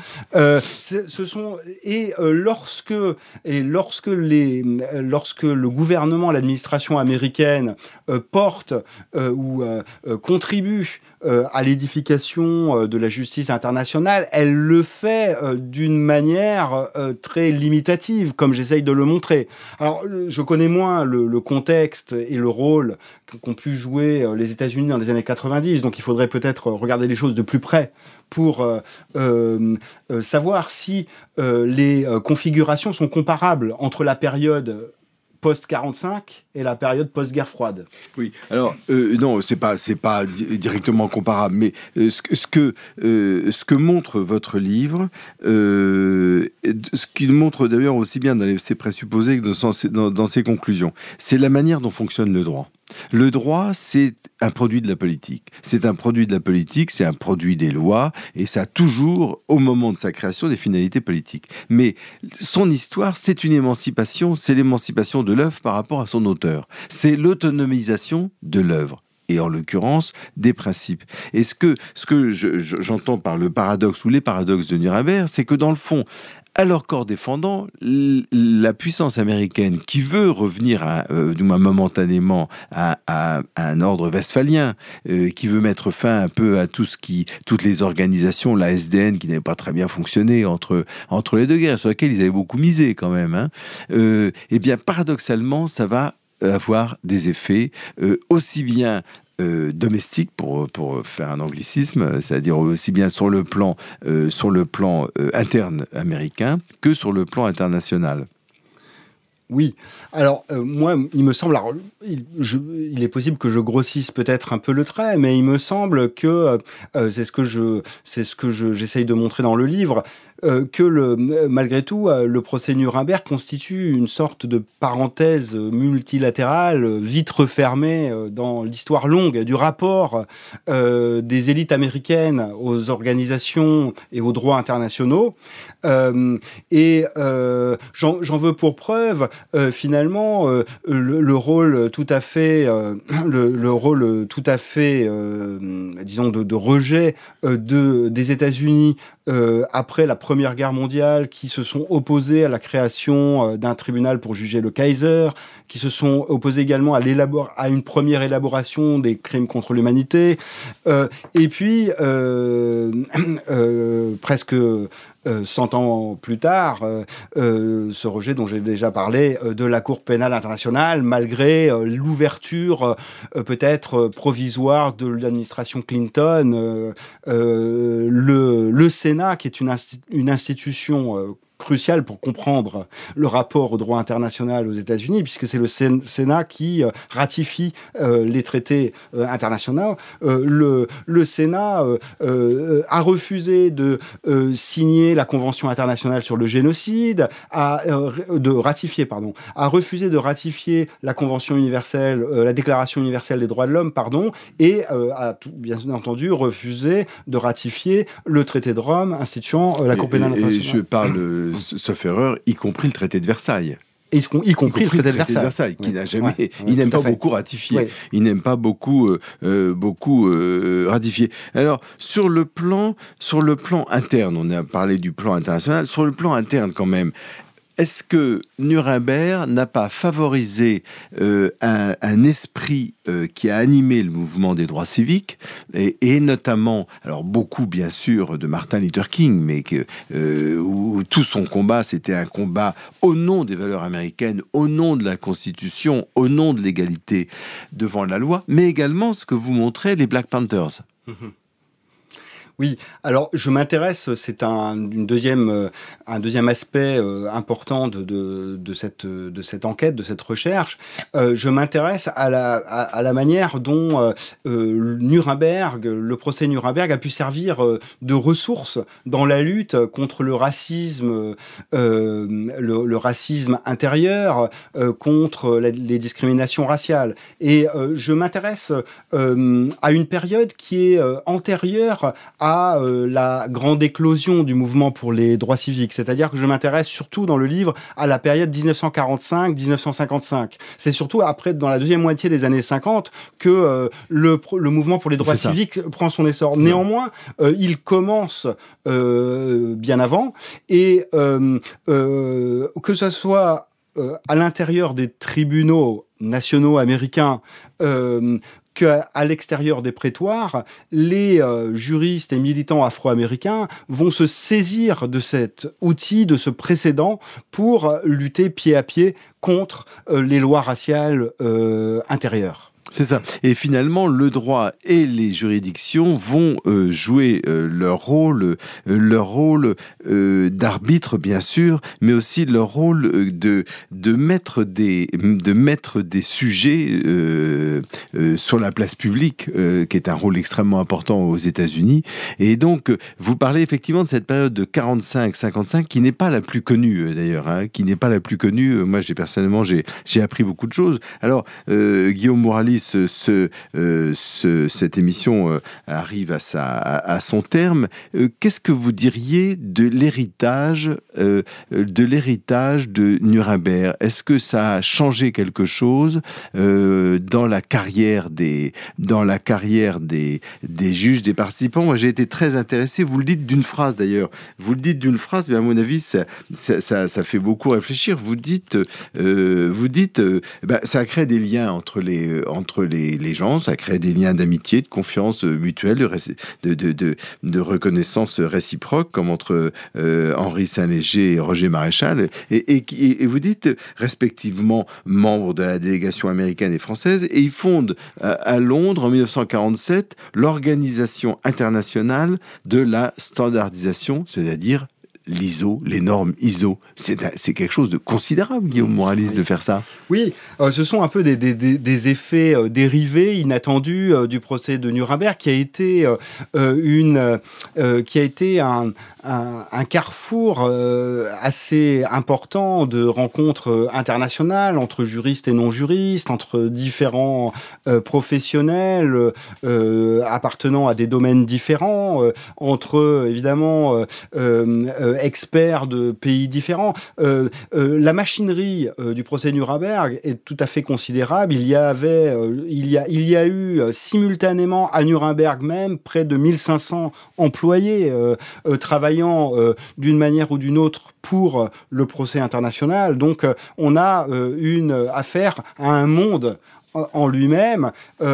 Lorsque le gouvernement, l'administration américaine porte ou contribue à l'édification de la justice internationale, elle le fait d'une manière très limitative, comme j'essaye de le montrer. Alors, je connais moins le contexte et le rôle qu'ont pu jouer les États-Unis dans les années 90, donc il faudrait peut-être regarder les choses de plus près pour savoir si les configurations sont comparables entre la période post-45 et la période post-guerre froide. Oui, alors non, c'est pas directement comparable, mais ce que montre votre livre, ce qu'il montre d'ailleurs aussi bien dans ses présupposés que dans ses conclusions, c'est la manière dont fonctionne le droit. Le droit, c'est un produit de la politique. C'est un produit des lois, et ça a toujours, au moment de sa création, des finalités politiques. Mais son histoire, c'est une émancipation, c'est l'émancipation de l'œuvre par rapport à son auteur. C'est l'autonomisation de l'œuvre, et en l'occurrence, des principes. Et ce que j'entends par le paradoxe ou les paradoxes de Nuremberg, c'est que dans le fond, à leur corps défendant, la puissance américaine qui veut revenir, du moins momentanément, à un ordre westphalien, qui veut mettre fin un peu à toutes les organisations, la SDN qui n'avait pas très bien fonctionné entre les deux guerres, sur lesquelles ils avaient beaucoup misé quand même, eh bien paradoxalement, ça va avoir des effets aussi bien domestique, pour faire un anglicisme, c'est-à-dire aussi bien sur le plan interne américain que sur le plan international. Oui. Alors, moi, il me semble... Alors, il est possible que je grossisse peut-être un peu le trait, mais il me semble que c'est ce que j'essaye de montrer dans le livre, que malgré tout, le procès Nuremberg constitue une sorte de parenthèse multilatérale, vite refermée dans l'histoire longue du rapport des élites américaines aux organisations et aux droits internationaux. Et j'en veux pour preuve finalement le rôle tout à fait disons de rejet des États-Unis après la Première Guerre mondiale, qui se sont opposés à la création d'un tribunal pour juger le Kaiser, qui se sont opposés également à une première élaboration des crimes contre l'humanité, et puis presque 100 ans plus tard, ce rejet dont j'ai déjà parlé de la Cour pénale internationale, malgré l'ouverture peut-être provisoire de l'administration Clinton, le Sénat, qui est une institution crucial pour comprendre le rapport au droit international aux États-Unis, puisque c'est le Sénat qui ratifie les traités internationaux. Le Sénat a refusé de signer la Convention internationale sur le génocide, a refusé de ratifier la Convention universelle, la Déclaration universelle des droits de l'homme, et a bien entendu refusé de ratifier le traité de Rome instituant la Cour pénale internationale. Et je parle, sauf erreur, y compris le traité de Versailles. Y compris le traité de Versailles, qui n'a jamais, il n'aime pas beaucoup ratifié. Oui. Il n'aime pas beaucoup ratifié. Alors sur le plan interne, on a parlé du plan international. Sur le plan interne, quand même. Est-ce que Nuremberg n'a pas favorisé un esprit qui a animé le mouvement des droits civiques et notamment, alors beaucoup bien sûr de Martin Luther King, mais où tout son combat, c'était un combat au nom des valeurs américaines, au nom de la Constitution, au nom de l'égalité devant la loi, mais également ce que vous montrez, les Black Panthers. Mm-hmm. Oui, alors je m'intéresse, c'est un deuxième aspect important de cette enquête, de cette recherche. Je m'intéresse à la manière dont Nuremberg, le procès Nuremberg, a pu servir de ressource dans la lutte contre le racisme intérieur, contre les discriminations raciales. Et je m'intéresse à une période qui est antérieure à la grande éclosion du mouvement pour les droits civiques. C'est-à-dire que je m'intéresse surtout dans le livre à la période 1945-1955. C'est surtout après, dans la deuxième moitié des années 50, que le mouvement pour les droits civiques prend son essor. Néanmoins, il commence bien avant, et que ce soit à l'intérieur des tribunaux nationaux américains, qu'à l'extérieur des prétoires, les juristes et militants afro-américains vont se saisir de cet outil, de ce précédent, pour lutter pied à pied contre les lois raciales intérieures. C'est ça. Et finalement, le droit et les juridictions vont jouer leur rôle d'arbitre, bien sûr, mais aussi leur rôle de mettre des sujets sur la place publique, qui est un rôle extrêmement important aux États-Unis. Et donc, vous parlez effectivement de cette période de 45-55, qui n'est pas la plus connue d'ailleurs, qui n'est pas la plus connue. Moi, personnellement, j'ai appris beaucoup de choses. Alors, Guillaume Mouralis, cette émission arrive à son terme. Qu'est-ce que vous diriez de l'héritage de Nuremberg? Est-ce que ça a changé quelque chose dans la carrière des juges, des participants? Moi, j'ai été très intéressé. Vous le dites d'une phrase d'ailleurs. Vous le dites d'une phrase, mais à mon avis, ça fait beaucoup réfléchir. Vous dites, ça a créé des liens entre les gens, ça crée des liens d'amitié, de confiance mutuelle, de reconnaissance réciproque, comme entre Henri Saint-Léger et Roger Maréchal, et vous dites respectivement membres de la délégation américaine et française, et ils fondent à Londres en 1947 l'Organisation internationale de la standardisation, c'est-à-dire l'ISO, les normes ISO. C'est quelque chose de considérable, Guillaume Moralis, de faire ça. Oui, ce sont un peu des effets dérivés, inattendus du procès de Nuremberg, qui a été un carrefour assez important de rencontres internationales entre juristes et non-juristes, entre différents professionnels appartenant à des domaines différents, entre évidemment experts de pays différents. La machinerie du procès Nuremberg est tout à fait considérable. Il y a eu simultanément à Nuremberg même près de 1500 employés travaillant d'une manière ou d'une autre pour le procès international. Donc on a une affaire à un monde en lui-même,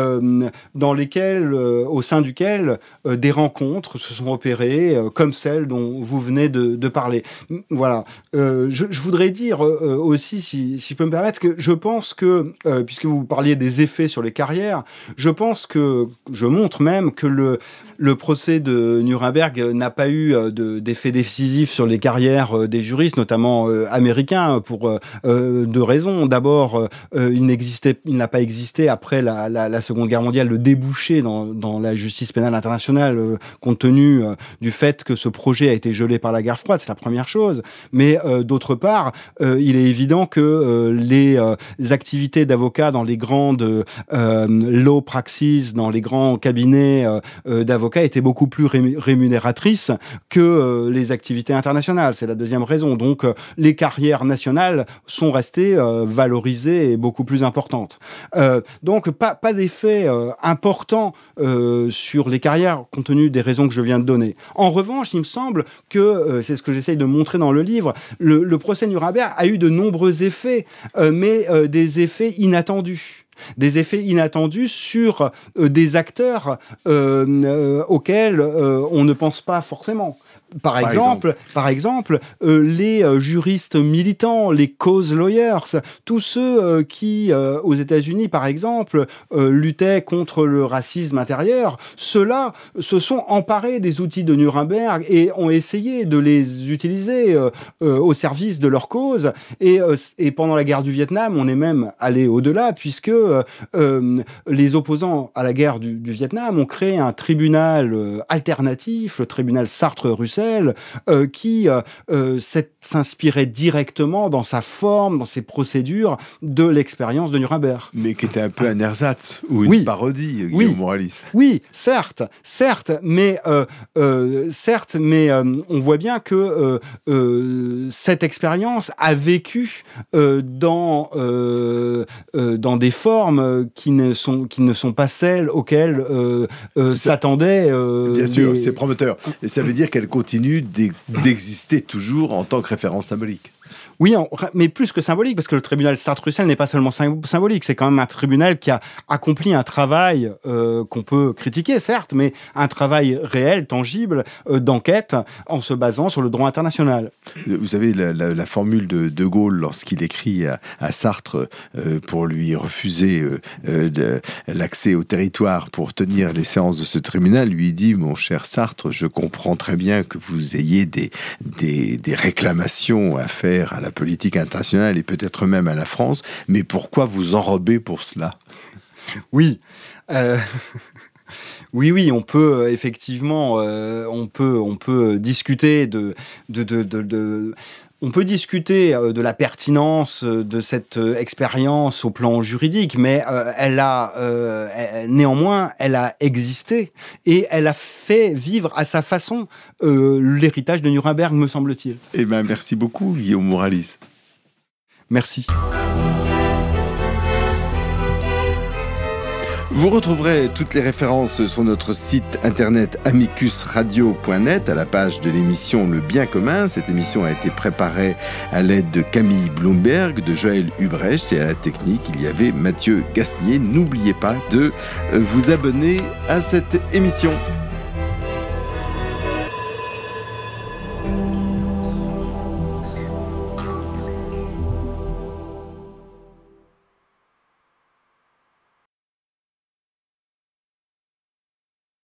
au sein duquel des rencontres se sont opérées, comme celle dont vous venez de parler. Voilà. Je voudrais dire aussi, si je peux me permettre, que je pense que, puisque vous parliez des effets sur les carrières, je montre même que le procès de Nuremberg n'a pas eu d'effet décisif sur les carrières des juristes, notamment américains, pour deux raisons. D'abord, il n'a pas existé après la Seconde Guerre mondiale le débouché dans la justice pénale internationale, compte tenu du fait que ce projet a été gelé par la guerre froide, c'est la première chose. Mais d'autre part, il est évident que les activités d'avocats dans les grandes law practices, dans les grands cabinets d'avocats, étaient beaucoup plus rémunératrices que les activités internationales. C'est la deuxième raison. Donc, les carrières nationales sont restées valorisées et beaucoup plus importantes. Donc, pas d'effet important sur les carrières, compte tenu des raisons que je viens de donner. En revanche, il me semble que, c'est ce que j'essaye de montrer dans le livre, le procès Nuremberg a eu de nombreux effets, mais des effets inattendus. Des effets inattendus sur des acteurs auxquels on ne pense pas forcément. Par exemple, les juristes militants, les cause lawyers, tous ceux qui, aux États-Unis, par exemple, luttaient contre le racisme intérieur, ceux-là se sont emparés des outils de Nuremberg et ont essayé de les utiliser au service de leur cause. Et pendant la guerre du Vietnam, on est même allé au-delà, puisque les opposants à la guerre du Vietnam ont créé un tribunal alternatif, le tribunal Sartre-Russell, qui s'inspirait directement dans sa forme, dans ses procédures, de l'expérience de Nuremberg. Mais qui était un peu un ersatz ou une parodie, Guillaume Moralis. Oui, certes, mais on voit bien que cette expérience a vécu dans des formes qui ne sont pas celles auxquelles s'attendaient. Bien sûr, c'est prometteur. Et ça veut dire qu'elle continue d'exister toujours en tant que référence symbolique. Oui, mais plus que symbolique, parce que le tribunal Sartre-Russell n'est pas seulement symbolique, c'est quand même un tribunal qui a accompli un travail qu'on peut critiquer, certes, mais un travail réel, tangible, d'enquête, en se basant sur le droit international. Vous savez, la formule de De Gaulle, lorsqu'il écrit à Sartre pour lui refuser l'accès au territoire pour tenir les séances de ce tribunal, lui dit « Mon cher Sartre, je comprends très bien que vous ayez des réclamations à faire à la politique internationale et peut-être même à la France, mais pourquoi vous enrober pour cela ?» Oui. Oui, on peut effectivement, on peut discuter on peut discuter de la pertinence de cette expérience au plan juridique, mais néanmoins, elle a existé et elle a fait vivre à sa façon l'héritage de Nuremberg, me semble-t-il. Eh bien, merci beaucoup, Guillaume Moralis. Merci. Vous retrouverez toutes les références sur notre site internet amicusradio.net à la page de l'émission Le Bien Commun. Cette émission a été préparée à l'aide de Camille Bloomberg, de Joël Hubrecht et à la technique, il y avait Mathieu Gasnier. N'oubliez pas de vous abonner à cette émission.